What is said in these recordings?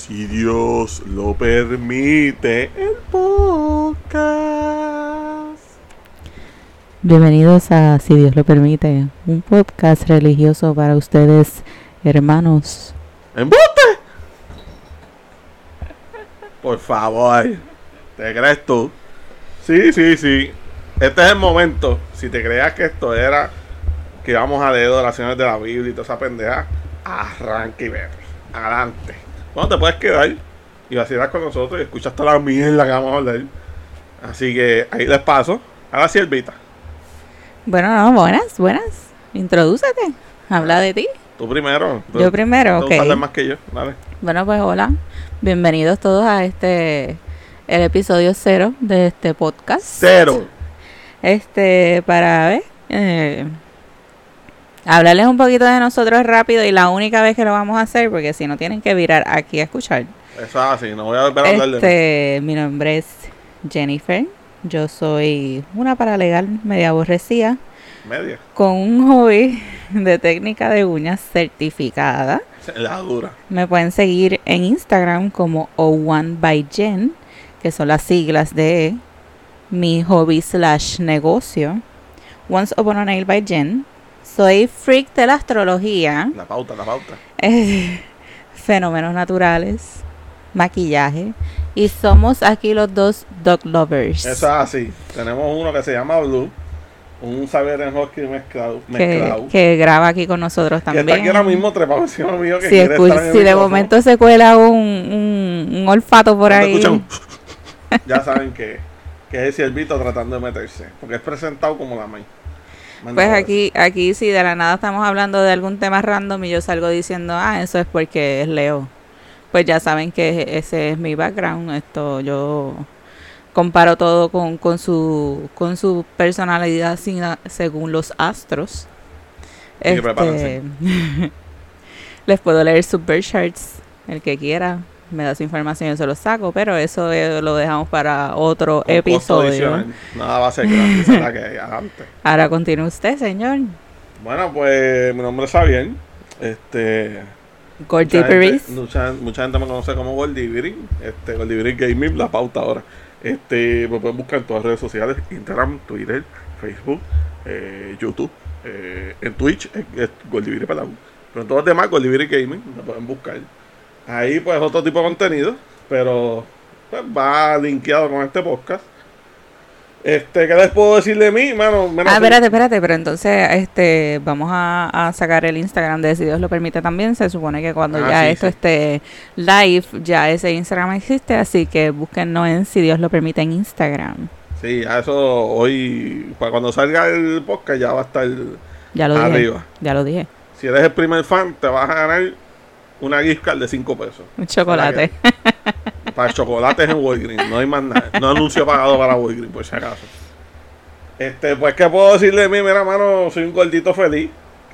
Si Dios lo permite, el podcast. Bienvenidos a Si Dios lo permite, un podcast religioso para ustedes, hermanos. ¡Embuste! Por favor, ¿te crees tú? Sí. Este es el momento. Si te creías que esto era que íbamos a leer oraciones de la Biblia y toda esa pendeja, arranca y vete. Adelante. Bueno, te puedes quedar y vacilar con nosotros y escuchar toda la mierda que vamos a hablar. Así que ahí les paso a la siervita. Bueno, buenas. Introdúcete, habla de ti. Tú primero. Yo primero, tú ok. sabes más que yo, dale. Bueno, pues hola, bienvenidos todos a el episodio 0 de este podcast. 0. Para ver, hablarles un poquito de nosotros rápido y la única vez que lo vamos a hacer, porque si no tienen que virar aquí a escuchar. Eso es así, no voy a volver a hablar de mí. Mi nombre es Jennifer. Yo soy una paralegal media aborrecida Media. con un hobby de técnica de uñas certificada. La dura. Me pueden seguir en Instagram como O1 by Jen, que son las siglas de mi hobby / negocio. Once Upon a Nail by Jen. Soy freak de la astrología. La pauta. Fenómenos naturales, maquillaje. Y somos aquí los dos dog lovers. Eso es así. Tenemos uno que se llama Blue, un Siberian Husky mezclado. Que graba aquí con nosotros Que también. está aquí ahora mismo trepado encima mío. Que Si, quiere estar en el si de micrófono. momento se cuela un olfato por Cuando ahí. escuchan, ya saben que es el ciervito tratando de meterse. Porque es presentado como la maíz. Pues aquí si de la nada estamos hablando de algún tema random y yo salgo diciendo, eso es porque es Leo. Pues ya saben que ese es mi background. Yo comparo todo con su personalidad según los astros. Así que prepárense. Les puedo leer sus birth charts, el que quiera. Me da su información y yo se lo saco, pero eso lo dejamos para otro Con costo episodio. adicional. Nada va a ser gratis. Será que adelante. Ahora continúe usted, señor. Bueno, pues mi nombre es Javier. Gordiberis. Mucha gente me conoce como Goldiberi. Goldiberi Gaming, la pauta ahora. Me pueden buscar en todas las redes sociales: Instagram, Twitter, Facebook, YouTube, en Twitch, es Goldiberi Pelado. Pero en todos los demás, Goldiberi Gaming, me pueden buscar. Ahí pues otro tipo de contenido, pero pues va linkeado con este podcast. ¿Qué les puedo decir de mí, mano? Espérate, pero entonces vamos a sacar el Instagram de Si Dios lo permite también. Se supone que cuando esto esté live, ya ese Instagram existe, así que búsquennos en Si Dios lo permite en Instagram. Sí, a eso hoy, para cuando salga el podcast ya va a estar arriba. Ya lo dije. Si eres el primer fan, te vas a ganar una gift card de 5 pesos. Un chocolate. Para chocolates en Walgreens, no hay más nada. No anuncio pagado para Walgreens, por si acaso. Pues, ¿qué puedo decirle de mí? Mira, mano, soy un gordito feliz.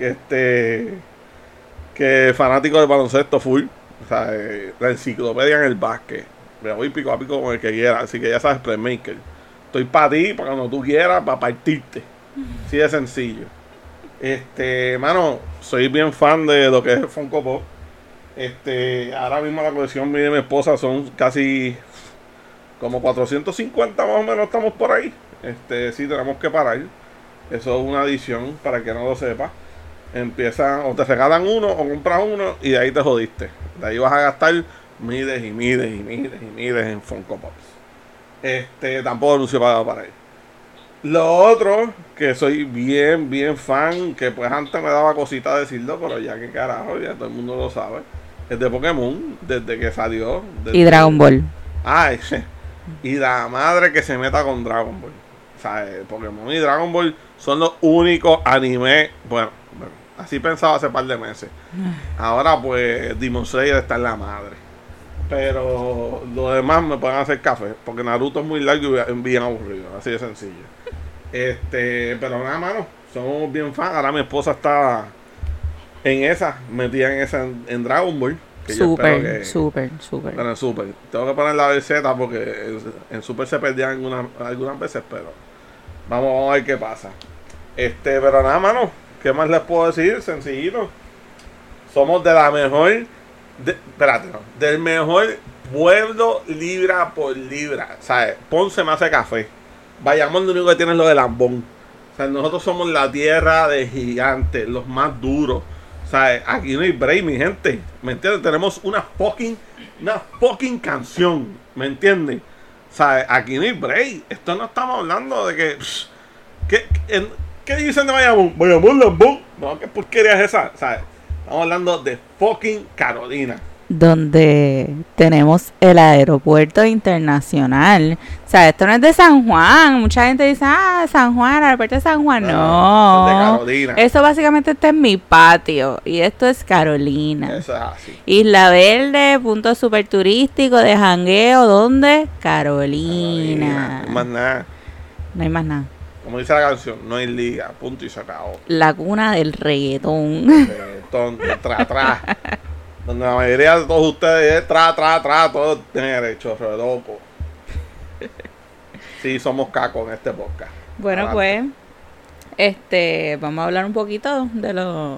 Que fanático del baloncesto full. O sea, la enciclopedia en el básquet. Me voy pico a pico con el que quiera. Así que ya sabes, Playmaker. Estoy para ti, para cuando tú quieras, para partirte. Así de sencillo. Mano, soy bien fan de lo que es Funko Pop. Ahora mismo la colección mía y de mi esposa son casi como 450 más o menos, estamos por ahí. Sí, tenemos que parar. Eso es una adición para el que no lo sepa. Empiezan, o te regalan uno, o compras uno, y de ahí te jodiste. De ahí vas a gastar miles en Funko Pops. Tampoco anuncio pagado para ello. Lo otro, que soy bien fan, que pues antes me daba cosita decirlo, pero ya que carajo, ya todo el mundo lo sabe. Es de Pokémon, desde que salió. Y Dragon Ball. Y la madre que se meta con Dragon Ball. O sea, Pokémon y Dragon Ball son los únicos animes. Bueno, así pensaba hace par de meses. Ahora pues Demon Slayer está en la madre. Pero los demás me pueden hacer café, porque Naruto es muy largo y bien aburrido, así de sencillo. Pero nada, mano, somos bien fans. Ahora mi esposa está metida en Dragon Ball. Súper. Pero en Super. Tengo que poner la Z porque en Super se perdían algunas veces, pero vamos a ver qué pasa. Pero nada, mano, ¿qué más les puedo decir? Sencillito. Somos de la mejor espérate, no, del mejor pueblo libra por libra. ¿Sabes? Ponce me hace café. Bayamón lo único que tiene es lo de Lambón. O sea, nosotros somos la tierra de gigantes, los más duros. ¿Sabes? Aquí no hay break, mi gente. ¿Me entiendes? Tenemos una fucking canción. ¿Me entiendes? ¿Sabes? Aquí no hay break. Esto no estamos hablando de que... ¿Qué dicen de Bayamón? Bayamón, Lambón. No, ¿qué porquería es esa? ¿Sabes? Estamos hablando de fucking Carolina. Donde tenemos el aeropuerto internacional. O sea, esto no es de San Juan. Mucha gente dice, San Juan, el aeropuerto de San Juan. No. Es de Carolina. Eso básicamente está en mi patio. Y esto es Carolina. Eso es así. Isla Verde, punto súper turístico de jangueo. ¿Dónde? Carolina. No hay más nada. No hay más nada. Como dice la canción, no hay liga. Punto y se acabó. La cuna del reggaetón. Reggaetón, atrás. Donde la mayoría de todos ustedes es todos tienen derecho, re loco. Sí, somos cacos en este podcast. Bueno, Adelante. pues, vamos a hablar un poquito de lo...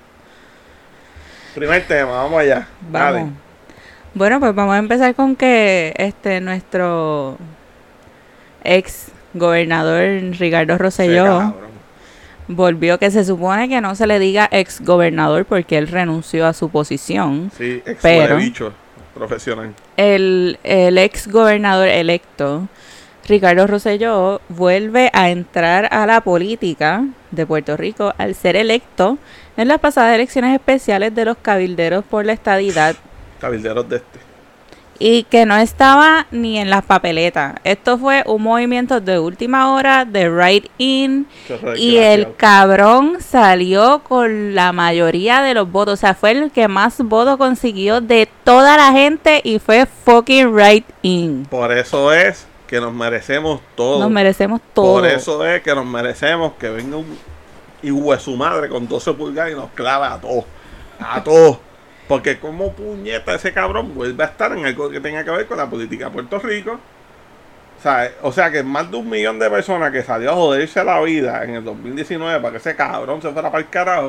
Primer tema, vamos allá. Vamos. Dale. Bueno, pues vamos a empezar con que nuestro ex gobernador Ricardo Rosselló Cabrón. volvió, que se supone que no se le diga ex gobernador porque él renunció a su posición. Sí, ex Pero bicho profesional. el ex gobernador electo Ricardo Rosselló vuelve a entrar a la política de Puerto Rico al ser electo en las pasadas elecciones especiales de los cabilderos por la estadidad Cabilderos de este. y que no estaba ni en las papeletas. Esto fue un movimiento de última hora de write-in y el cabrón salió con la mayoría de los votos. O sea, fue el que más votos consiguió de toda la gente y fue fucking write-in. Por eso es que nos merecemos todo. Nos merecemos todo. Por eso es que nos merecemos que venga un hijo de su madre con 12 pulgadas y nos clave a todos. A todos. Porque como puñeta ese cabrón vuelve a estar en algo que tenga que ver con la política de Puerto Rico. O sea que más de 1 millón de personas que salió a joderse la vida en el 2019 para que ese cabrón se fuera para el carajo,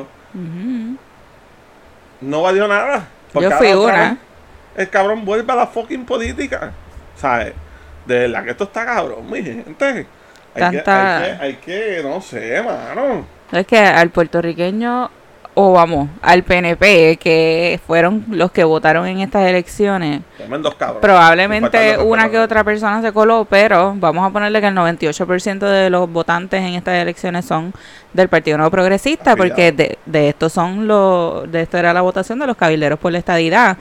no valió nada. Yo fui una. El cabrón vuelve a la fucking política. ¿Sabes? De verdad que esto está cabrón, mi gente. Hay que, no sé, mano. Es que al puertorriqueño, o vamos, al PNP, que fueron los que votaron en estas elecciones, Tremendos cabrones. probablemente una que otra persona se coló, pero vamos a ponerle que el 98% de los votantes en estas elecciones son del Partido Nuevo Progresista, Afiliado. porque de estos son de esto era la votación de los cabilderos por la estadidad.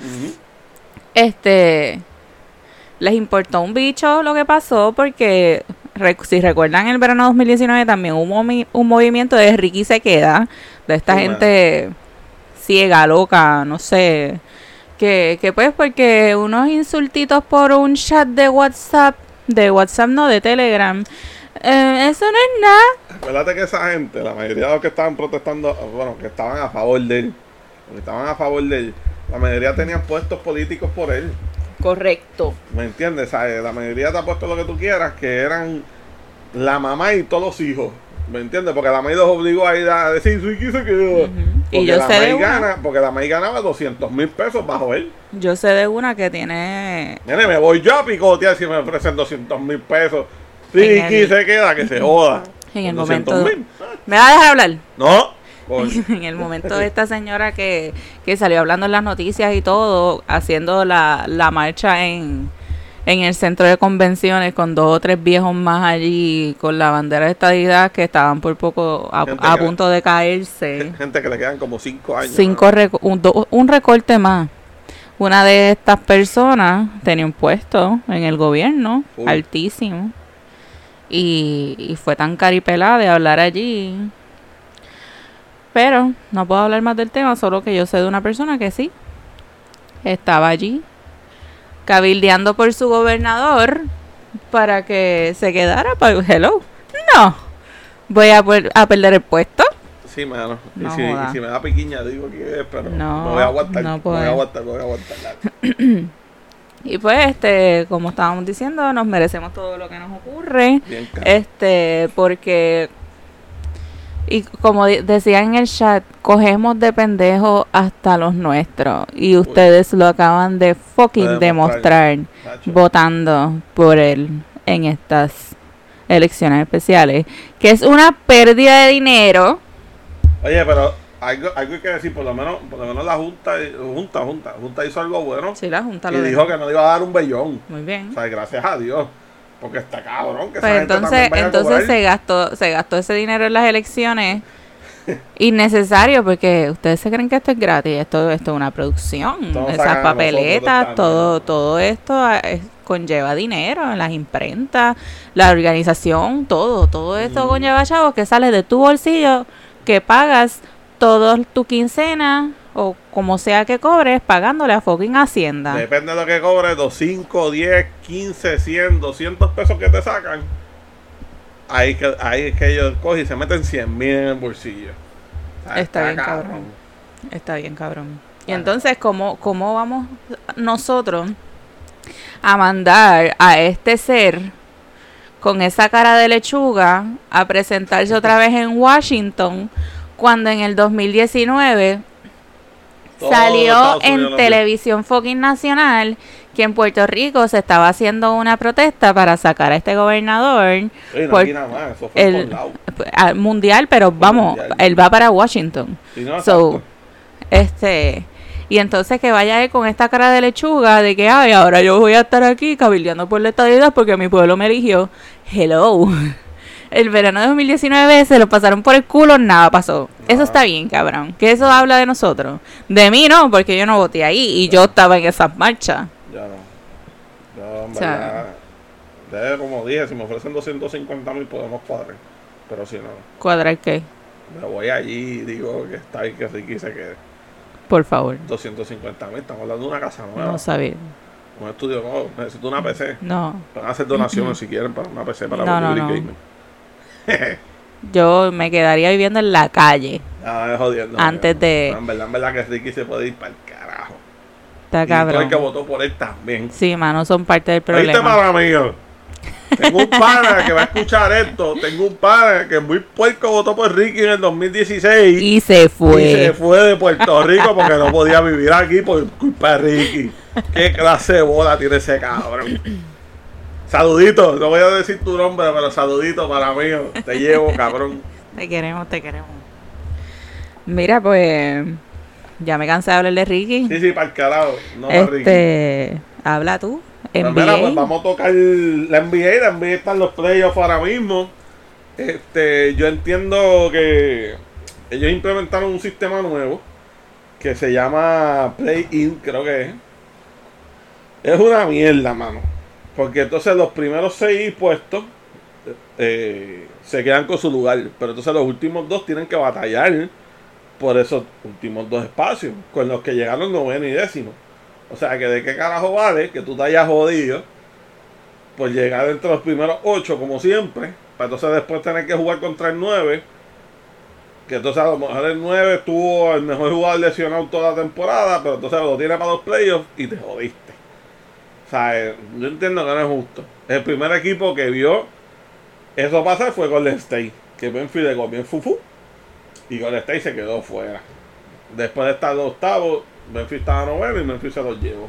Les importó un bicho lo que pasó, porque si recuerdan, en el verano 2019 también hubo un movimiento de Ricky se queda, de esta gente ciega, loca, no sé, que pues porque unos insultitos por un chat de WhatsApp no, de Telegram, eso no es nada. Acuérdate que esa gente, la mayoría de los que estaban protestando, bueno, que estaban a favor de él, la mayoría tenían puestos políticos por él. Correcto. ¿Me entiendes? ¿Sabes? La mayoría te ha puesto lo que tú quieras, que eran la mamá y todos los hijos. ¿Me entiendes? Porque la maíz los obligó a ir a decir, sí, quise que... Y yo sé de una. Porque la maíz ganaba 200,000 pesos bajo él. Yo sé de una que tiene... Nene, me voy yo a picotear si me ofrecen 200,000 pesos. Sí, se queda, que se joda. En el 200,000. momento... ¿Me va a dejar hablar? No. En el momento de esta señora que salió hablando en las noticias y todo, haciendo la marcha en el centro de convenciones con 2 o 3 viejos más allí con la bandera de estadidad que estaban por poco a punto de caerse. Gente que le quedan como 5 años. Un recorte más. Una de estas personas tenía un puesto en el gobierno altísimo y fue tan caripelada de hablar allí. Pero no puedo hablar más del tema, solo que yo sé de una persona que sí estaba allí cabildeando por su gobernador para que se quedara. Hello, no voy a perder el puesto. Sí, mano. No y si me da piquiña, digo que es, pero no, me voy a aguantar. No me voy a aguantar. Y pues, como estábamos diciendo, nos merecemos todo lo que nos ocurre. Bien, Porque... Y como decían en el chat, cogemos de pendejo hasta los nuestros. Y ustedes lo acaban de fucking demostrar votando por él en estas elecciones especiales. Que es una pérdida de dinero. Oye, pero algo hay que decir, por lo menos la Junta hizo algo bueno. Sí, la Junta y dijo que no le iba a dar un bellón. Muy bien. O sea, gracias a Dios. Porque está cabrón que pues entonces se gastó ese dinero en las elecciones innecesario, porque ustedes se creen que esto es gratis. Esto es una producción. Esas papeletas, todo esto conlleva dinero en las imprentas, la organización, todo esto conlleva, chavos, que sale de tu bolsillo, que pagas toda tu quincena o como sea que cobres, pagándole a fucking Hacienda. Depende de lo que cobres, 5, 10, 15, 100, 200 pesos que te sacan. Ahí es que ellos cogen y se meten 100,000 en el bolsillo. O sea, está bien cabrón. Está bien cabrón. Y entonces, ¿cómo vamos nosotros a mandar a este ser con esa cara de lechuga a presentarse otra vez en Washington cuando en el 2019 salió en televisión fucking nacional que en Puerto Rico se estaba haciendo una protesta para sacar a este gobernador mundial, pero vamos, él va para Washington. Y entonces que vaya él con esta cara de lechuga de que ahora yo voy a estar aquí cabildeando por la estadidad porque mi pueblo me eligió. Hello. El verano de 2019 se lo pasaron por el culo, nada pasó. Eso está bien, cabrón. Que eso habla de nosotros. De mí no, porque yo no voté ahí y yo estaba en esas marchas. Ya no. Yo, en verdad, como dije, si me ofrecen 250,000 podemos cuadrar. Pero si no. ¿Cuadrar qué? Me voy allí y digo que está ahí, que Ricky se quede. Por favor. 250,000, estamos hablando de una casa nueva. No sabía. Un estudio nuevo. Necesito una PC. No. Van a hacer donaciones si quieren para una PC para no. Yo me quedaría viviendo en la calle. Jodiendo. Antes de... En verdad que Ricky se puede ir para el carajo. Está cabrón. Y todo el que votó por él también. Sí, mano, son parte del problema. ¿Viste, para amigo? Tengo un pana que va a escuchar esto. Tengo un pana que muy puerco votó por Ricky en el 2016. Y se fue. Y se fue de Puerto Rico porque no podía vivir aquí por culpa de Ricky. Qué clase de bola tiene ese cabrón. Saludito, no voy a decir tu nombre, pero saludito para mí. Te llevo, cabrón. Te queremos. Mira, pues ya me cansé de hablar de Ricky. Sí, para el carajo. No para Ricky. Habla tú. NBA. Mira, pues vamos a tocar la NBA. La NBA está en los playoffs ahora mismo. Yo entiendo que ellos implementaron un sistema nuevo que se llama Play-In, creo que es. Es una mierda, mano. Porque entonces los primeros 6 puestos se quedan con su lugar. Pero entonces los últimos 2 tienen que batallar por esos últimos 2 espacios. Con los que llegaron 9º y 10º. O sea que de qué carajo vale que tú te hayas jodido por llegar entre los primeros 8 como siempre. Para entonces después tener que jugar contra el 9. Que entonces a lo mejor el 9 tuvo el mejor jugador lesionado toda la temporada. Pero entonces lo tiene para los playoffs y te jodiste. O sea, yo entiendo que no es justo. El primer equipo que vio eso pasar fue Golden State. Que Memphis llegó bien fufu. Y Golden State se quedó fuera. Después de estar los octavos, Memphis estaba 9º y Memphis se los llevó.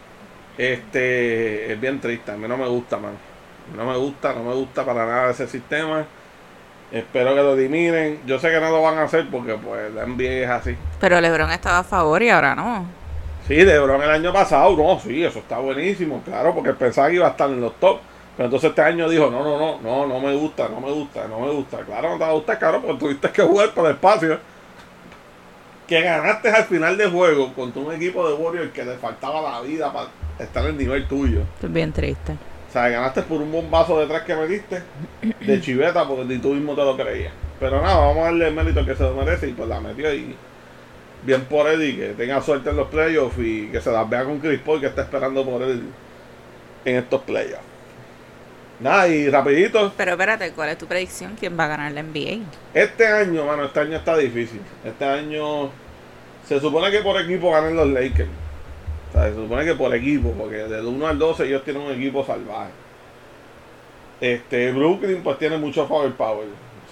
Es bien triste. A mí no me gusta, man. No me gusta para nada ese sistema. Espero que lo eliminen. Yo sé que no lo van a hacer porque pues la NBA es así. Pero LeBron estaba a favor y ahora no. Sí, LeBron el año pasado, no, sí, eso está buenísimo, claro, porque pensaba que iba a estar en los top. Pero entonces este año dijo, no me gusta. Claro, no te va a gustar, claro, porque tuviste que jugar por el espacio. Que ganaste al final del juego contra un equipo de Warriors que le faltaba la vida para estar en el nivel tuyo. Estoy bien triste. O sea, ganaste por un bombazo detrás que metiste de chiveta porque ni tú mismo te lo creías. Pero nada, vamos a darle el mérito que se lo merece y pues la metió y bien por él y que tenga suerte en los playoffs y que se las vea con Chris Paul que está esperando por él en estos playoffs. Nada, y rapidito. Pero espérate, ¿cuál es tu predicción? ¿Quién va a ganar la NBA? Este año está difícil. Este año se supone que por equipo ganan los Lakers. O sea, se supone que por equipo, porque del 1 al 12 ellos tienen un equipo salvaje. Brooklyn pues tiene mucho power. O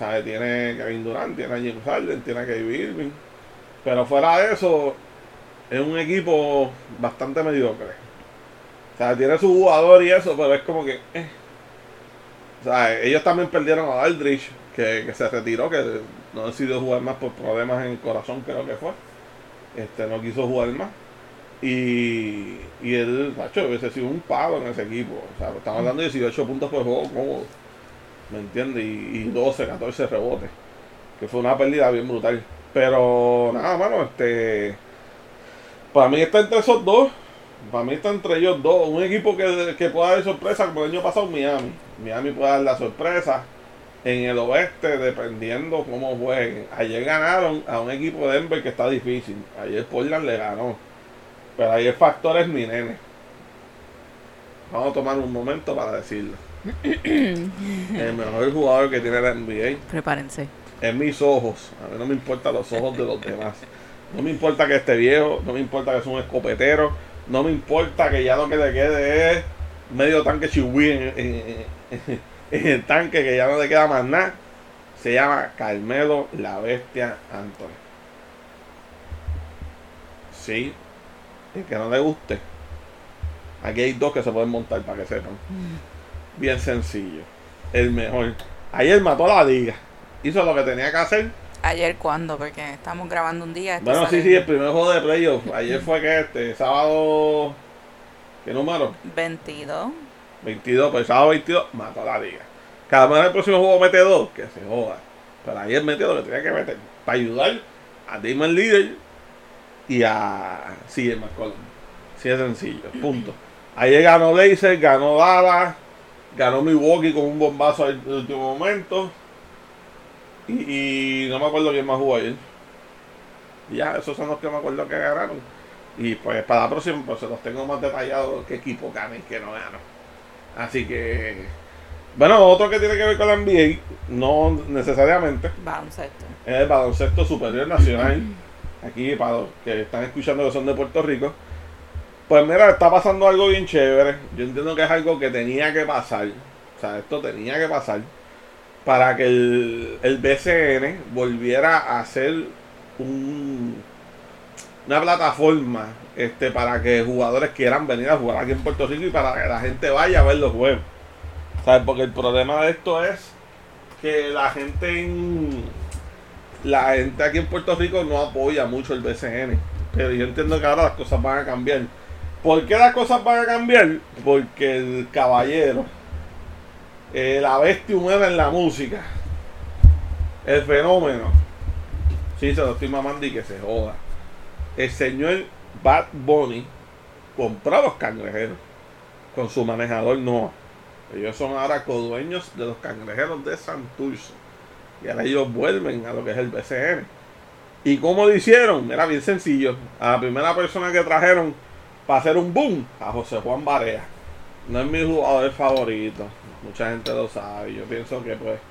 ¿sabes? Tiene Kevin Durant, tiene a James Harden, tiene a Kyrie Irving. Pero fuera de eso, es un equipo bastante mediocre. O sea, tiene su jugador y eso, pero es como que... O sea, ellos también perdieron a Aldridge, que se retiró, que no decidió jugar más por problemas en el corazón, creo que fue. No quiso jugar más. Y él, macho, hubiese sido un palo en ese equipo. O sea, estamos hablando de 18 puntos por juego cómodo. ¿Me entiendes? Y 12, 14 rebotes. Que fue una pérdida bien brutal. Pero nada, mano, para mí está entre esos dos. Para mí está entre ellos dos. Un equipo que pueda dar sorpresa, como el año pasado, Miami. Miami puede dar la sorpresa en el oeste, dependiendo cómo jueguen. Ayer ganaron a un equipo de Denver que está difícil. Ayer Portland le ganó. Pero ahí el factor es mi nene. Vamos a tomar un momento para decirlo. El mejor jugador que tiene la NBA. Prepárense. En mis ojos. A mí no me importan los ojos de los demás. No me importa que esté viejo. No me importa que sea un escopetero. No me importa que ya lo que le quede es medio tanque chihuí en el tanque, que ya no le queda más nada. Se llama Carmelo la Bestia Anthony. Sí. El que no le guste. Aquí hay dos que se pueden montar para que sepan. Bien sencillo. El mejor. Ayer mató a la liga. Hizo lo que tenía que hacer. ¿Ayer cuándo? Porque estamos grabando un día. Bueno, sí, el primer juego de playoff. Ayer fue que sábado... ¿Qué número? 22. 22, pues sábado 22 mató a la liga. Cada vez el próximo juego mete 2, que se joda. Pero ayer metió lo que tenía que meter. Para ayudar a Damon Lillard y a CJ McCollum. Sí, es sencillo, punto. Ayer ganó Lakers, ganó Dallas, ganó Milwaukee con un bombazo al último momento. Y no me acuerdo quién más jugó ayer. Y ya, esos son los que me acuerdo que ganaron. Y pues para la próxima pues se los tengo más detallados qué equipo gana y qué no gana. Así que... Bueno, otro que tiene que ver con la NBA, no necesariamente, Baloncesto. es el baloncesto superior nacional. Aquí para los que están escuchando que son de Puerto Rico. Pues mira, está pasando algo bien chévere. Yo entiendo que es algo que tenía que pasar. O sea, esto tenía que pasar para que el BCN volviera a ser una plataforma para que jugadores quieran venir a jugar aquí en Puerto Rico y para que la gente vaya a ver los juegos. ¿Sabes? Porque el problema de esto es que la gente aquí en Puerto Rico no apoya mucho el BCN. Pero yo entiendo que ahora las cosas van a cambiar. ¿Por qué las cosas van a cambiar? Porque el caballero, la bestia humana en la música, el fenómeno, sí, se lo estoy mamando y que se joda. El señor Bad Bunny compró a los Cangrejeros con su manejador Noah. Ellos son ahora codueños de los Cangrejeros de Santurce. Y ahora ellos vuelven a lo que es el BCN. ¿Y cómo lo hicieron? Era bien sencillo. A la primera persona que trajeron para hacer un boom, a José Juan Barea. No es mi jugador favorito. Mucha gente lo sabe. Yo pienso que pues...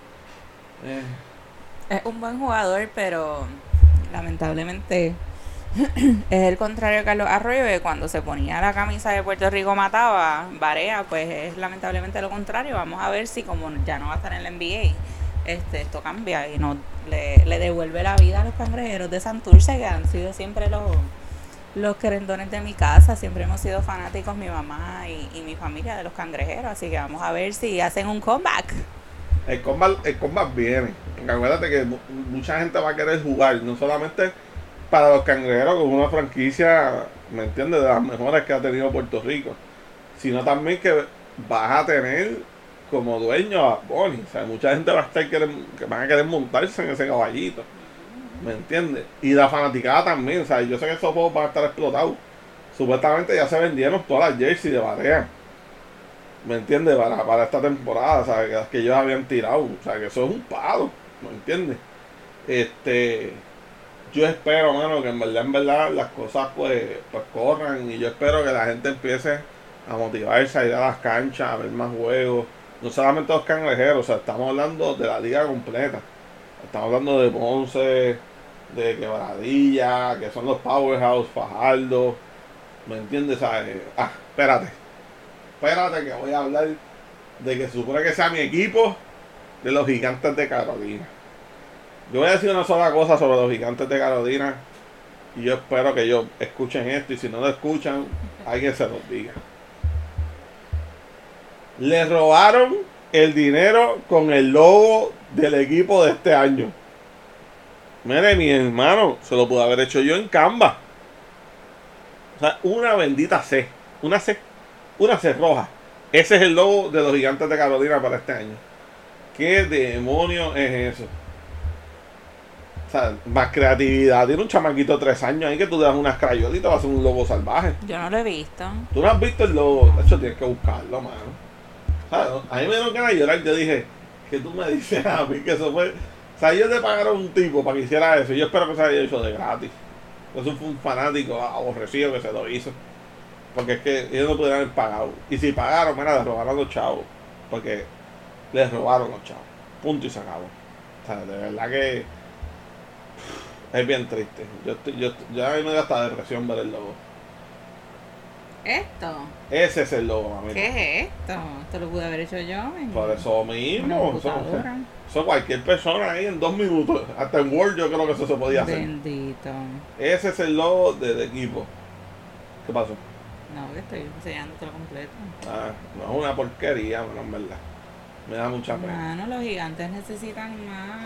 Es un buen jugador, pero lamentablemente es el contrario a Carlos Arroyo, que cuando se ponía la camisa de Puerto Rico mataba. Barea, pues es lamentablemente lo contrario. Vamos a ver si como ya no va a estar en la NBA, esto cambia y no le devuelve la vida a los Cangrejeros de Santurce, que han sido siempre los querendones de mi casa. Siempre hemos sido fanáticos, mi mamá y mi familia, de los Cangrejeros. Así que vamos a ver si hacen un comeback. El comeback viene. Acuérdate que mucha gente va a querer jugar, no solamente para los Cangrejeros, como una franquicia, ¿me entiendes?, de las mejores que ha tenido Puerto Rico, sino también que vas a tener como dueño a Bonnie. O sea, mucha gente va a estar que van a querer montarse en ese caballito, ¿me entiendes? Y la fanaticada también. O sea, yo sé que esos juegos van a estar explotados. Supuestamente ya se vendieron todas las jerseys de Barea, ¿me entiendes? Para esta temporada, o sea, que las que ellos habían tirado. O sea, que eso es un palo, ¿me entiendes? Yo espero, mano, que en verdad las cosas pues corran, y yo espero que la gente empiece a motivarse a ir a las canchas, a ver más juegos. No solamente los Cangrejeros, o sea, estamos hablando de la liga completa. Estamos hablando de Ponce, de Quebradilla, que son los Powerhouse, Fajardo, ¿me entiendes? ¿Sabes? Espérate que voy a hablar de que se supone que sea mi equipo, de los Gigantes de Carolina. Yo voy a decir una sola cosa sobre los Gigantes de Carolina. Y yo espero que ellos escuchen esto. Y si no lo escuchan, alguien se los diga. Le robaron el dinero con el logo del equipo de este año. Mire, mi hermano, se lo pude haber hecho yo en Canva. O sea, una bendita C. Una C. Una C roja. Ese es el logo de los Gigantes de Carolina para este año. ¿Qué demonios es eso? O sea, más creatividad. Tiene un chamaquito de 3 años ahí que tú le das unas crayolas y te va a hacer un logo salvaje. Yo no lo he visto. Tú no has visto el logo. De hecho, tienes que buscarlo, mano. O sea, a mí me dieron ganas de llorar. Yo dije, ¿qué tú me dices a mí? Que eso fue... O sea, ellos le pagaron a un tipo para que hiciera eso. Yo espero que se haya hecho de gratis. Eso fue un fanático aborrecido que se lo hizo. Porque es que ellos no pudieran haber pagado. Y si pagaron, mira, les robaron a los chavos. Porque les robaron los chavos. Punto y se acabó. O sea, de verdad que es bien triste. Yo a mí me da hasta depresión ver el logo. ¿Esto? Ese es el logo, mami. ¿Qué es esto? Esto lo pude haber hecho yo. Por eso mismo. Una computadora. Eso cualquier persona ahí en 2 minutos. Hasta en Word yo creo que eso se podía hacer. Bendito. Ese es el logo del equipo. ¿Qué pasó? No, que estoy enseñándotelo completo. Ah, no es una porquería, bueno, en verdad. Me da mucha pena. Mano, los gigantes necesitan más.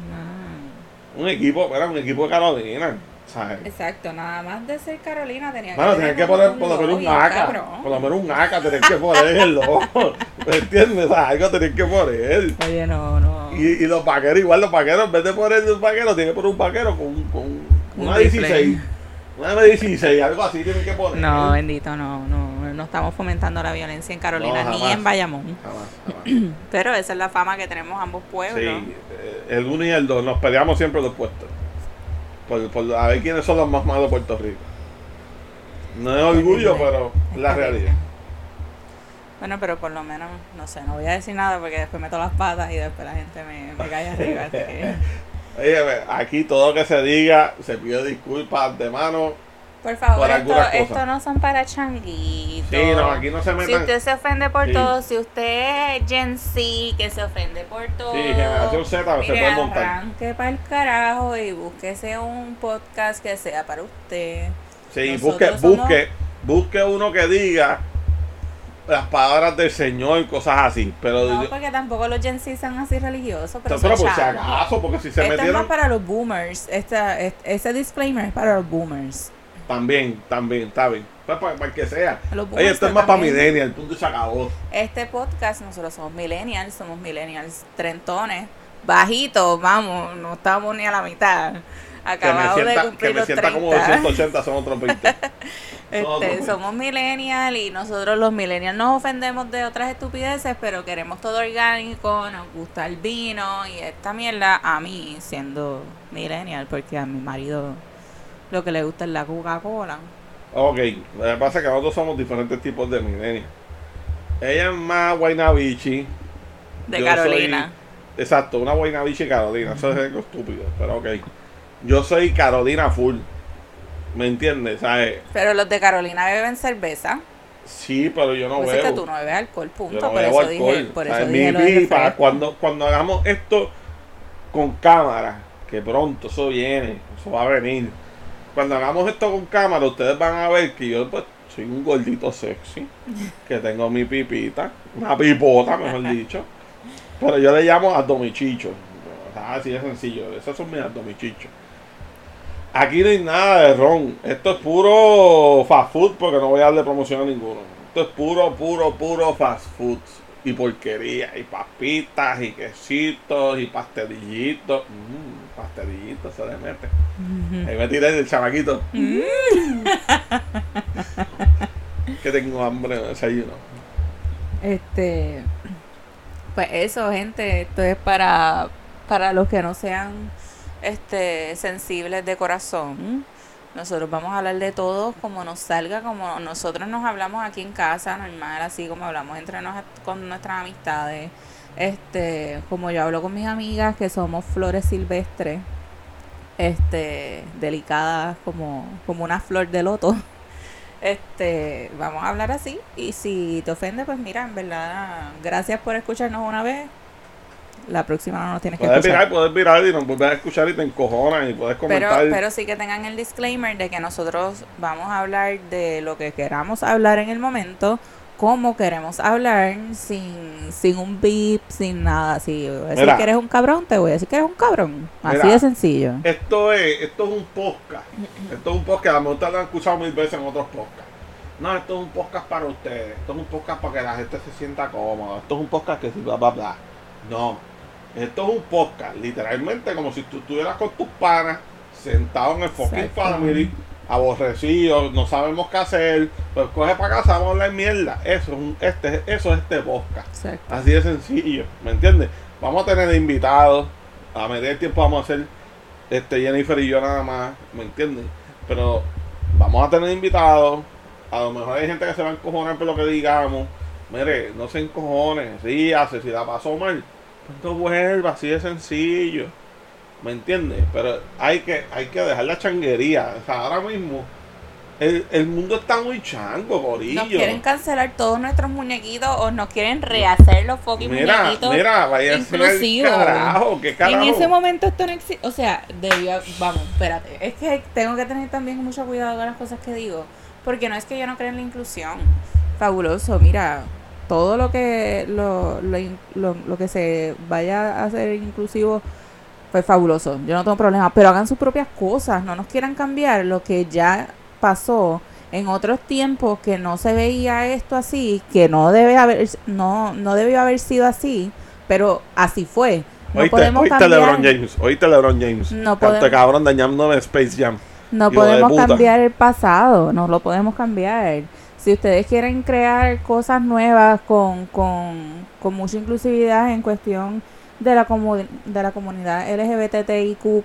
Un equipo de Carolina, ¿sabes? Exacto, nada más de ser Carolina tenía Mano, tenías que poner por lo menos un AK. Por lo menos un AK tenías que poner en el logo. ¿Me entiendes? O sea, algo tenías que poner. Oye, no. Y los vaqueros, igual los vaqueros, en vez de poner un vaquero, tienen que poner un vaquero con una 16. Una M16, algo así tienen que poner. No, bendito, no estamos fomentando la violencia en Carolina, No, ni en Bayamón. Jamás. Pero esa es la fama que tenemos ambos pueblos. Sí, el 1 y el 2, nos peleamos siempre los puestos. Por a ver quiénes son los más malos de Puerto Rico. No es orgullo, pero es la realidad. Bueno, pero por lo menos, no sé, no voy a decir nada porque después meto las patas y después la gente me cae arriba. Así que... Oye, aquí todo lo que se diga, se pide disculpas de mano. Por favor, por esto no son para changuitos. Sí, no, aquí no se metan. Si usted se ofende por Sí. todo, si usted es Gen Z, que se ofende por todo. Sí, generación Z se puede montar. Arranque para el carajo y búsquese un podcast que sea para usted. Sí, Nosotros busque uno que diga las palabras del Señor, cosas así. Pero No, porque tampoco los Gen Z son así religiosos. Pero por si chavos. acaso, porque si se Esto es metieron. más para los boomers. Ese disclaimer es para los boomers. También, está bien. Pues para el que sea. Los Oye, boomers esto es más para también. millennial, punto y se acabó. Este podcast, nosotros somos millennials trentones, bajitos, vamos, no estamos ni a la mitad. Acabados de Que cumplir me los sienta 30. como 280, son otros 20. Somos millennials y nosotros los millennials nos ofendemos de otras estupideces, pero queremos todo orgánico, nos gusta el vino y esta mierda a mí, siendo millennial, porque a mi marido lo que le gusta es la Coca-Cola. Ok, lo que pasa es que nosotros somos diferentes tipos de millennials. Ella es más Guaynabichi. De Yo Carolina. Exacto, una Guaynabichi Carolina. Eso es algo estúpido, pero ok. Yo soy Carolina full. ¿Me entiendes? ¿Sabes? Pero los de Carolina beben cerveza. Sí, pero yo no Pues bebo. es que tú no bebes alcohol, punto. Yo no por bebo eso alcohol. dije, por O sea, eso mi dije lo del pipa, refresco. cuando hagamos esto con cámara, que pronto eso viene, eso va a venir. Cuando hagamos esto con cámara, ustedes van a ver que yo pues soy un gordito sexy, que tengo mi pipita, una pipota, mejor dicho. Pero yo le llamo abdomichicho. O sea, así de sencillo. Esos son mis abdomichichos. Aquí no hay nada de ron. Esto es puro fast food porque no voy a darle promoción a ninguno. Esto es puro fast food. Y porquería. Y papitas, y quesitos, y pastelillitos. Pastelillitos se le mete. Ahí me tiré del chamaquito. Que tengo hambre en el desayuno. Pues eso, gente, esto es para los que no sean sensibles de corazón. Nosotros vamos a hablar de todo como nos salga, como nosotros nos hablamos aquí en casa, normal, así como hablamos con nuestras amistades. Como yo hablo con mis amigas, que somos flores silvestres, delicadas como una flor de loto. Vamos a hablar así. Y si te ofende, pues mira, en verdad, gracias por escucharnos una vez. La próxima no nos tienes que Puedes escuchar. virar y nos vuelves a escuchar y te encojonas y puedes comentar. Pero sí que tengan el disclaimer de que nosotros vamos a hablar de lo que queramos hablar en el momento, como queremos hablar, sin un beep, sin nada. Si voy a decir Mira. que eres un cabrón, te voy a decir que eres un cabrón. Así Mira. de sencillo. Esto es un podcast. Esto es un podcast, a lo mejor te lo han escuchado mil veces en otros podcasts. No, esto es un podcast para ustedes. Esto es un podcast para que la gente se sienta cómoda. Esto es un podcast que si bla bla bla. No. Esto es un podcast, literalmente como si tú estuvieras con tus panas, sentado en el fucking Exacto. family, aborrecidos, no sabemos qué hacer, pues coge para casa, vamos a hablar mierda. Eso es este podcast. Exacto. Así de sencillo, ¿me entiendes? Vamos a tener invitados, a medida del tiempo vamos a hacer Jennifer y yo nada más, ¿me entiendes? Pero vamos a tener invitados, a lo mejor hay gente que se va a encojonar por lo que digamos. Mire, no se encojones, ríase, si la pasó mal, pues no vuelva, así de sencillo, ¿me entiendes? Pero hay que dejar la changuería, o sea, ahora mismo el mundo está muy chango, gorillo. Nos quieren cancelar todos nuestros muñequitos o nos quieren rehacer los fucking muñequitos. Mira, vaya a ser el carajo, qué carajo. En ese momento esto no existe, o sea, vamos, espérate, es que tengo que tener también mucho cuidado con las cosas que digo, porque no es que yo no crea en la inclusión. Fabuloso, mira, todo lo que lo que se vaya a hacer inclusivo, pues fabuloso, yo no tengo problema, pero hagan sus propias cosas, no nos quieran cambiar lo que ya pasó en otros tiempos, que no se veía esto así, que no debió haber sido así, pero así fue. No podemos cambiar. Oíste LeBron James. No Canto podemos, cabrón dañándome Space Jam. no Hijo de podemos puta. cambiar el pasado, no lo podemos cambiar. Si ustedes quieren crear cosas nuevas con mucha inclusividad en cuestión de la comunidad LGBTIQ+,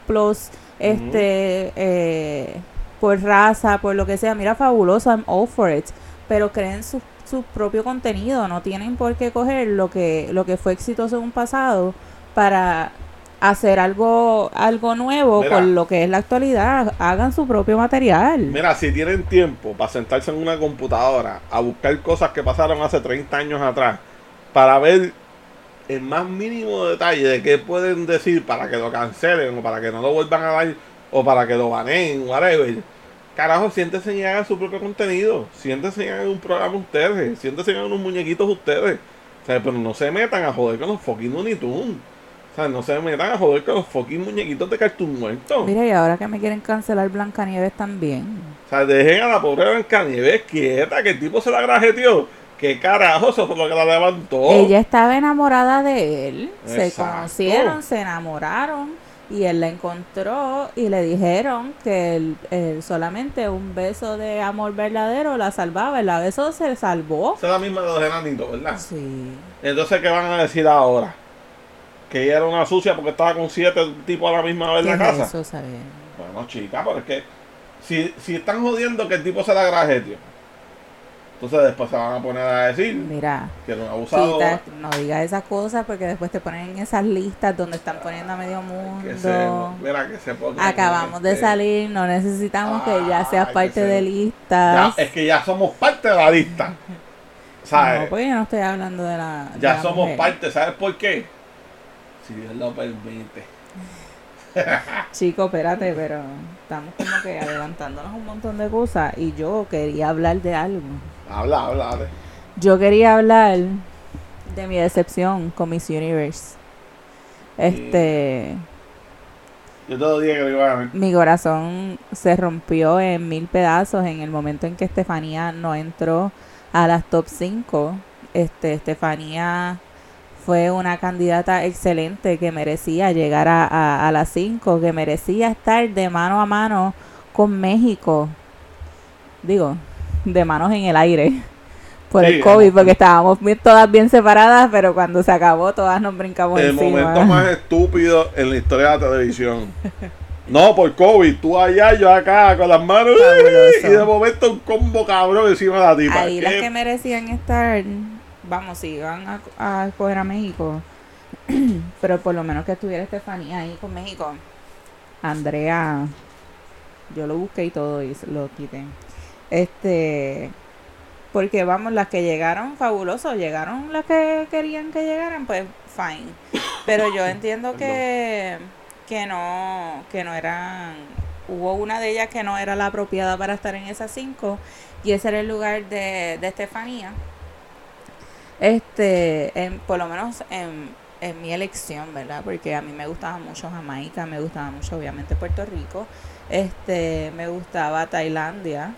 por raza, por lo que sea, mira, fabuloso, I'm all for it, pero creen su propio contenido, no tienen por qué coger lo que fue exitoso en un pasado para hacer algo nuevo. Mira. Con lo que es la actualidad. Hagan su propio material. Mira, si tienen tiempo para sentarse en una computadora a buscar cosas que pasaron hace 30 años atrás, para ver el más mínimo detalle de qué pueden decir para que lo cancelen o para que no lo vuelvan a dar o para que lo baneen, whatever. Carajo, siéntense y hagan su propio contenido. Siéntense y hagan un programa ustedes. Siéntense y hagan unos muñequitos ustedes. O sea, pero no se metan a joder con los fucking Looney Tunes. O sea, no se metan a joder con los fucking muñequitos de Cartoon muertos. Mira, y ahora que me quieren cancelar Blancanieves también. O sea, dejen a la pobre Blancanieves quieta, que el tipo se la grajeteó. ¿Qué carajo? Eso fue lo que la levantó. Ella estaba enamorada de él. Se Exacto. conocieron, se enamoraron. Y él la encontró y le dijeron que él solamente un beso de amor verdadero la salvaba. El beso se salvó. Esa es la misma de los enanitos, ¿verdad? Sí. Entonces, ¿qué van a decir ahora? Que ella era una sucia porque estaba con 7 tipos a la misma vez en la ¿Qué es casa. eso, saber? Bueno, chica, pero es que si están jodiendo que el tipo se la grajeteó, entonces después se van a poner a decir Mira, que era un abusador. no digas esas cosas porque después te ponen en esas listas donde están poniendo a medio mundo. Mira que se ponga. Acabamos de salir, no necesitamos que ya seas que parte se- de listas. Es que ya somos parte de la lista. ¿Sabes? No, porque yo no estoy hablando de la. de Ya la somos mujer. parte, ¿sabes por qué? Si Dios lo permite. Chico, espérate, pero estamos como que adelantándonos un montón de cosas y yo quería hablar de algo. Habla. dale. Yo quería hablar de mi decepción con Miss Universe. Yo te lo dije que lo iba a ganar. Mi corazón se rompió en 1000 pedazos en el momento en que Estefanía no entró a las top 5. Estefanía fue una candidata excelente que merecía llegar a las 5, que merecía estar de mano a mano con México. Digo, de manos en el aire por Sí, el COVID, porque estábamos todas bien separadas, pero cuando se acabó todas nos brincamos El encima. momento más estúpido en la historia de la televisión. No, por COVID, tú allá, yo acá, con las manos. Fabuloso. Y de momento un combo cabrón encima de la tipa. Ahí las ¿Qué? que merecían estar, vamos, si iban a escoger a México, pero por lo menos que estuviera Estefanía ahí con México. Andrea, yo lo busqué y todo y lo quité. porque vamos, las que llegaron, fabuloso, llegaron las que querían que llegaran, pues fine. Pero yo entiendo que no eran, hubo una de ellas que no era la apropiada para estar en esas 5, y ese era el lugar de Estefanía. Por lo menos en mi elección, ¿verdad? Porque a mí me gustaba mucho Jamaica, me gustaba mucho obviamente Puerto Rico, me gustaba Tailandia,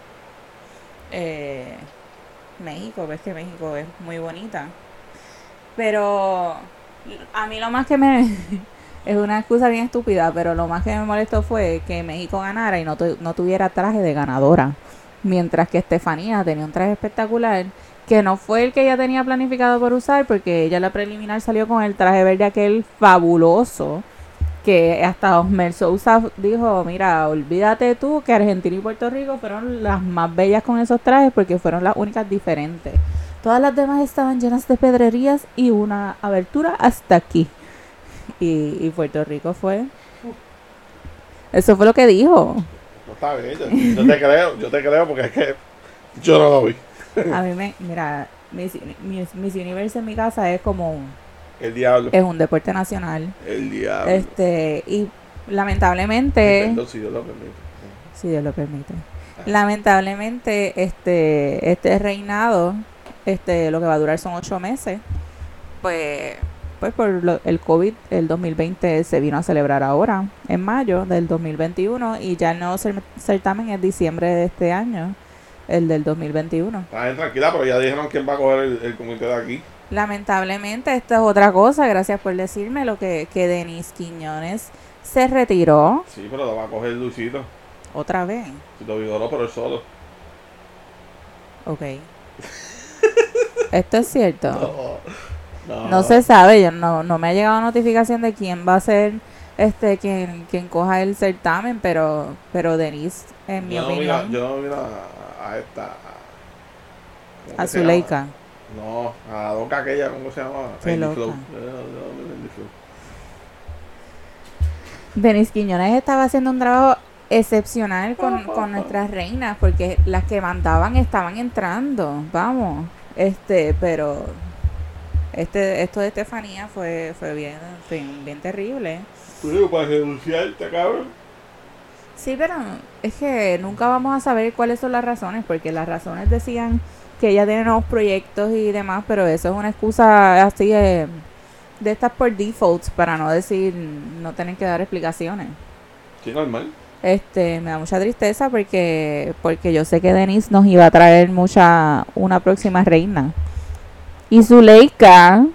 México, ves que México es muy bonita, pero a mí lo más que me es una excusa bien estúpida, pero lo más que me molestó fue que México ganara y no tuviera traje de ganadora, mientras que Estefanía tenía un traje espectacular que no fue el que ella tenía planificado por usar, porque ella en la preliminar salió con el traje verde aquel fabuloso, que hasta Osmer Sousa dijo, mira, olvídate tú que Argentina y Puerto Rico fueron las más bellas con esos trajes, porque fueron las únicas diferentes. Todas las demás estaban llenas de pedrerías y una abertura hasta aquí. Y Puerto Rico fue... Eso fue lo que dijo. No está bien, yo te creo porque es que yo no lo vi. A mí mira, Miss Universe en mi casa es como el diablo. Es un deporte nacional. El diablo. Y lamentablemente, Perdón, si Dios lo permite. Si Dios lo permite. Lamentablemente, este reinado, lo que va a durar son 8 meses. Pues por el COVID, el 2020 se vino a celebrar ahora, en mayo del 2021, y ya el nuevo certamen es diciembre de este año. El del 2021. Está tranquila, pero ya dijeron quién va a coger el comité de aquí. Lamentablemente, esto es otra cosa, gracias por decirme lo que Denise Quiñones se retiró. Sí, pero lo va a coger Luisito. ¿Otra vez? Si lo vigoró, pero él solo. Ok. ¿Esto es cierto? No. No se sabe, no me ha llegado notificación de quién va a ser quien coja el certamen, pero Denise, en mi opinión... Yo mira a esta... A Zuleika. No, a la loca aquella, ¿cómo se llama? Qué loca. Denise Quiñones estaba haciendo un trabajo excepcional con nuestras reinas, porque las que mandaban estaban entrando, vamos. Pero esto de Estefanía fue bien terrible. Pero para renunciarte, cabrón. Sí, pero es que nunca vamos a saber cuáles son las razones, porque las razones decían que ella tiene nuevos proyectos y demás, pero eso es una excusa así de estas por default, para no tener que dar explicaciones. Sí, normal. Me da mucha tristeza porque yo sé que Denise nos iba a traer una próxima reina. Y Zuleikita,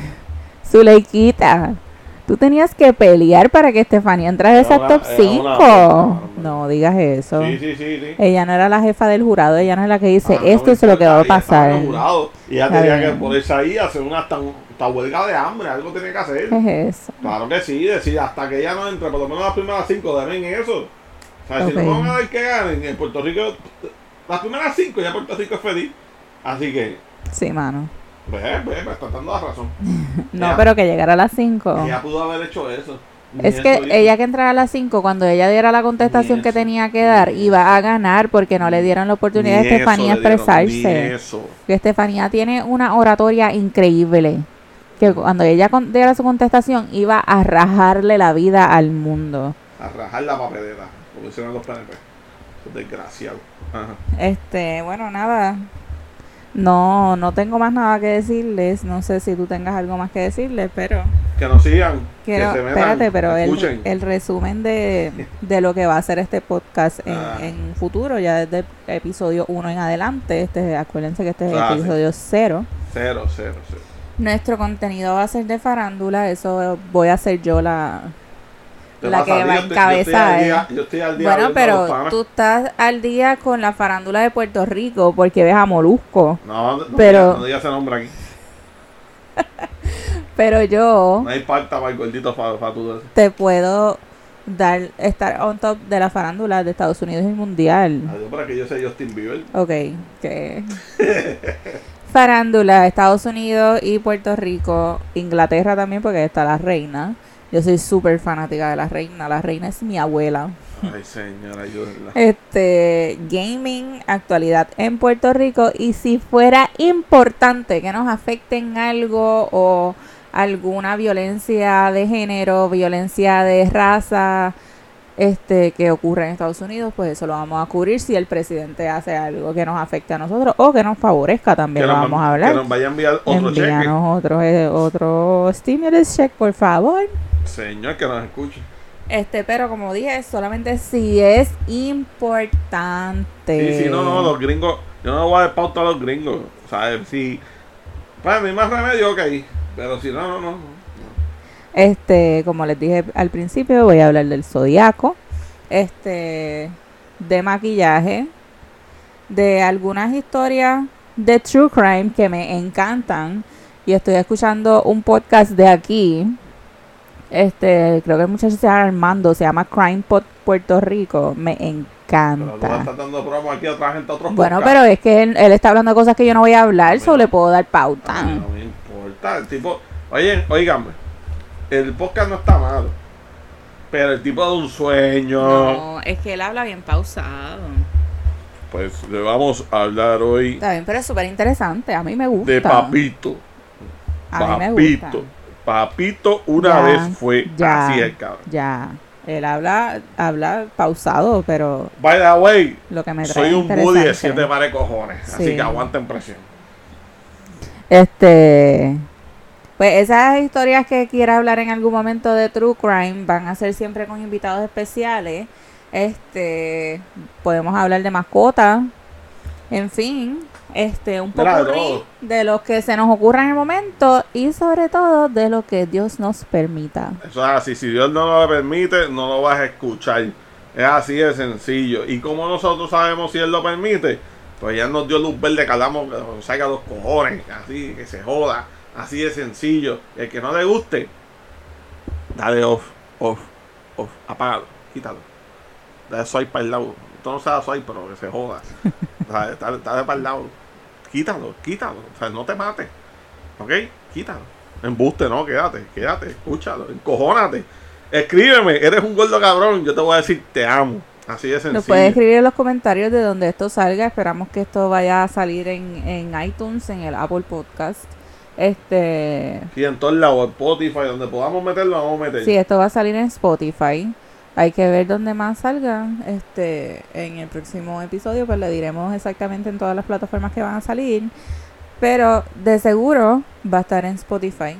tú tenías que pelear para que Estefanía entrara a esa top 5. No digas eso. Sí. Ella no era la jefa del jurado, ella no es la que dice esto es lo que va a pasar. Y ella tenía que ponerse ahí a hacer una huelga de hambre, algo tenía que hacer. ¿Qué es eso? Claro que sí, decir hasta que ella no entre, por lo menos las primeras 5, deben eso. O sea, si no van a ver que ganen, en Puerto Rico, las primeras 5 ya Puerto Rico es feliz. Así que... Sí, mano. Está dando la razón. No, ella, pero que llegara a las 5. Ella pudo haber hecho eso. Es que ella que entrara a las 5, cuando ella diera la contestación que tenía que dar, iba a ganar, porque no le dieron la oportunidad a Estefanía expresarse. Que Estefanía tiene una oratoria increíble, que cuando ella diera su contestación iba a rajarle la vida al mundo. A rajar la papelera, como dicen los PNP. Desgraciado. Ajá. Bueno, nada. No tengo más nada que decirles. No sé si tú tengas algo más que decirles, pero... Que nos sigan, que se metan, espérate, pero escuchen. el resumen de lo que va a ser este podcast en futuro, ya desde el episodio 1 en adelante. Acuérdense que este es el episodio 0. 0. Nuestro contenido va a ser de farándula. Eso voy a ser yo la que va a encabezar. Yo estoy al día. Bueno, pero tú estás al día con la farándula de Puerto Rico porque ves a Molusco. No digas ese nombre aquí. Pero yo... No hay falta para el gordito fatudo. Te puedo estar on top de la farándula de Estados Unidos y el mundial. Adiós, para que yo sea Justin Bieber. Ok, que... farándula, Estados Unidos y Puerto Rico, Inglaterra también porque está la reina. Yo soy súper fanática de la reina. La reina es mi abuela. Ay, señora, ayúdenla. Gaming, actualidad en Puerto Rico. Y si fuera importante que nos afecte en algo o alguna violencia de género, violencia de raza, que ocurre en Estados Unidos, pues eso lo vamos a cubrir si el presidente hace algo que nos afecte a nosotros o que nos favorezca, también lo vamos a hablar. Que nos vaya a enviar otro cheque. Envíanos otro stimulus check, por favor. Señor, que nos escuche. Pero como dije, solamente si es importante. Sí, no, los gringos, yo no voy a dar pauta a los gringos, ¿sabes? Si para mí más remedio, ok, pero si no. Como les dije al principio, voy a hablar del zodiaco, de maquillaje, de algunas historias de true crime que me encantan. Y estoy escuchando un podcast de aquí. Creo que el muchacho se llama Armando, se llama Crime Puerto Rico. Me encanta. Pero tú estás dando promo aquí a otra gente, a otros bueno, podcasts. pero es que él está hablando de cosas que yo no voy a hablar, solo le puedo dar pauta. No me importa, el tipo, óigame, el podcast no está malo, pero el tipo de un sueño. No, es que él habla bien pausado. Pues le vamos a hablar hoy. Está bien, pero es súper interesante, a mí me gusta. De Papito. A mí me gusta. Papito una vez fue así el cabrón. Ya, él habla pausado, pero by the way, lo que me trae soy un buddy de interesante. 7 pares de cojones, Sí. así que aguanten presión. Pues esas historias que quiera hablar en algún momento de True Crime van a ser siempre con invitados especiales. Podemos hablar de mascotas, en fin, un poco de lo que se nos ocurra en el momento y sobre todo de lo que Dios nos permita. Eso es así, si Dios no lo permite, no lo vas a escuchar. Es así de sencillo. Y como nosotros sabemos si Él lo permite, pues ya nos dio luz verde que hablamos, que nos salga los cojones, así, que se joda, así de sencillo. El que no le guste, dale off, apágalo, quítalo. Dale swipe para el lado. Tú no sabes swipe, pero que se joda. Dale para el lado. Quítalo. O sea, no te mates. ¿Ok? Quítalo. Embuste, no, quédate, escúchalo, encojónate. Escríbeme, eres un gordo cabrón, yo te voy a decir te amo. Así de sencillo. Nos puedes escribir en los comentarios de donde esto salga. Esperamos que esto vaya a salir en iTunes, en el Apple Podcast. Y en todos lados, Spotify, donde podamos meterlo, vamos a meter. Sí, esto va a salir en Spotify. Hay que ver dónde más salga. En el próximo episodio, pues le diremos exactamente en todas las plataformas que van a salir. Pero de seguro va a estar en Spotify.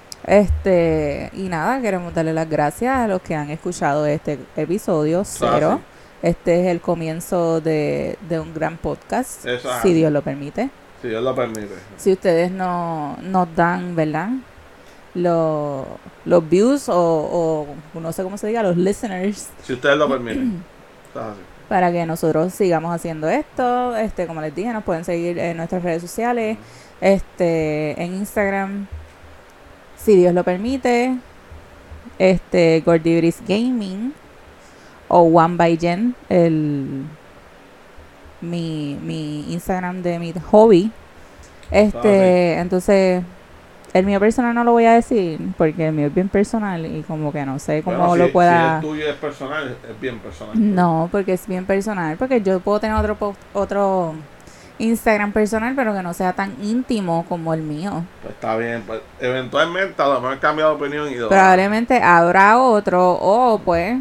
Y nada, queremos darle las gracias a los que han escuchado este episodio 0. Este es el comienzo de un gran podcast, si Dios lo permite. Si Dios lo permite. Si ustedes nos dan, ¿verdad?, los views o no sé cómo se diga, los listeners. Si ustedes lo permiten. Para que nosotros sigamos haciendo esto. Como les dije, nos pueden seguir en nuestras redes sociales. En Instagram, si Dios lo permite. Gordibris Gaming. O One by Jen. Mi Instagram de mi hobby. Entonces, el mío personal no lo voy a decir porque el mío es bien personal y como que no sé cómo lo pueda. Si el tuyo es personal, es bien personal. No, porque es bien personal, porque yo puedo tener otro Instagram personal, pero que no sea tan íntimo como el mío. Pues está bien, pues eventualmente a lo mejor cambia de opinión y probablemente habrá otro o pues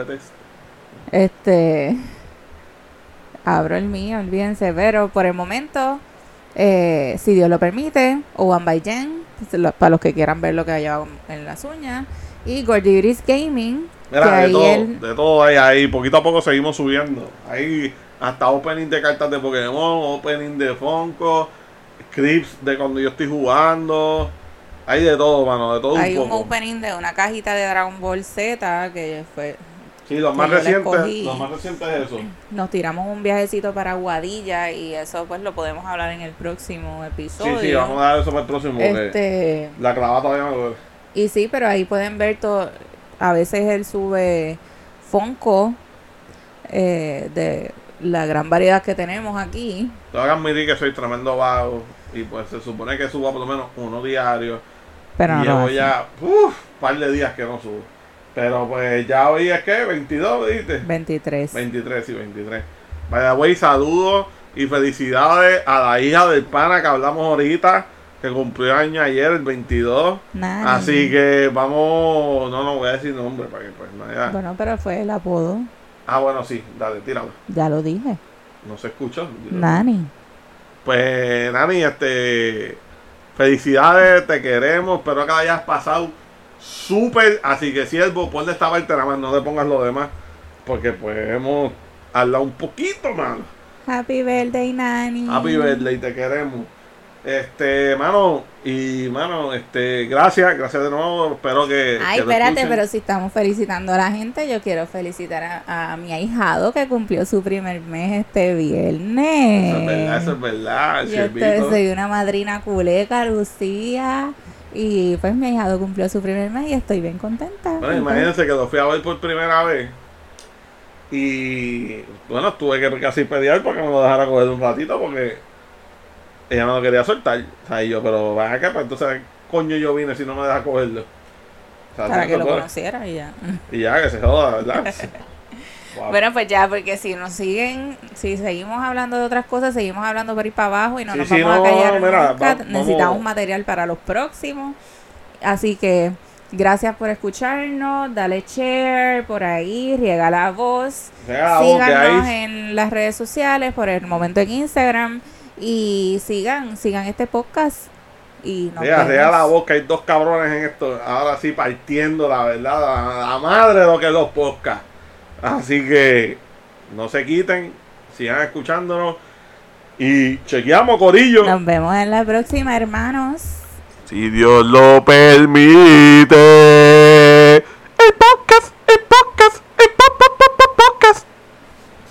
abro el mío, olvídense, pero por el momento, si Dios lo permite, o One by Jen, para los que quieran ver lo que haya en las uñas, y Gordibris Gaming. Mira, de todo ahí, poquito a poco seguimos subiendo. Ahí hasta opening de cartas de Pokémon, opening de Funko, scripts de cuando yo estoy jugando. Hay de todo, mano, de todo un poco. Hay un opening de una cajita de Dragon Ball Z que fue... Sí, lo más reciente es eso. Nos tiramos un viajecito para Aguadilla y eso pues lo podemos hablar en el próximo episodio. Sí, vamos a dar eso para el próximo. La clavada todavía me duele. Y sí, pero ahí pueden ver todo. A veces él sube Funko de la gran variedad que tenemos aquí. Tengo que admitir que soy tremendo vago y pues se supone que suba por lo menos uno diario. Pero y llevo ya un par de días que no subo. Pero pues ya hoy es que 22, ¿viste? 23. 23, sí, 23. Vaya, güey, saludos y felicidades a la hija del pana que hablamos ahorita, que cumplió año ayer, el 22. Nani. Así que vamos, no voy a decir nombre para que pues no haya... Bueno, pero fue el apodo. Ah, bueno, sí, dale, tíralo. Ya lo dije. No se escuchó. Nani. Pues, Nani, felicidades, te queremos, espero que la hayas pasado súper, así que siervo, por esta parte nada más, no te pongas lo demás, porque pues hemos hablado un poquito, mano. Happy birthday, Nani. Happy birthday, te queremos. Mano, gracias de nuevo, espero que... Ay, que lo espérate, escuchen. pero si estamos felicitando a la gente, yo quiero felicitar a mi ahijado que cumplió su primer mes este viernes. Eso es verdad, el Yo siervito. soy una madrina culeca, Lucía, y pues mi ahijado cumplió su primer mes y estoy bien contenta. Bueno, imagínense que lo fui a ver por primera vez. Y bueno, tuve que casi pelear para que me lo dejara coger un ratito porque ella no lo quería soltar. O sea, y yo, pero van acá, pues entonces, coño, yo vine si no me deja cogerlo. O sea, Para sí, que lo pues, conociera y ya. y ya, que se joda, ¿verdad? Wow. Bueno, pues ya, porque si nos siguen, si seguimos hablando de otras cosas, seguimos hablando por ahí para abajo y no Sí, nos sí, vamos a callar mira, nunca. vamos. Necesitamos material para los próximos. Así que gracias por escucharnos, dale share por ahí, riega la voz. Riega la voz, que Síganos ahí- en las redes sociales, por el momento en Instagram. Y sigan este podcast. Y nos Riega vemos. la voz, que hay dos cabrones en esto. Ahora sí, partiendo, la verdad, la madre de lo que es los podcasts. Así que no se quiten, sigan escuchándonos. Y chequeamos, corillo. Nos vemos en la próxima, hermanos. Si Dios lo permite.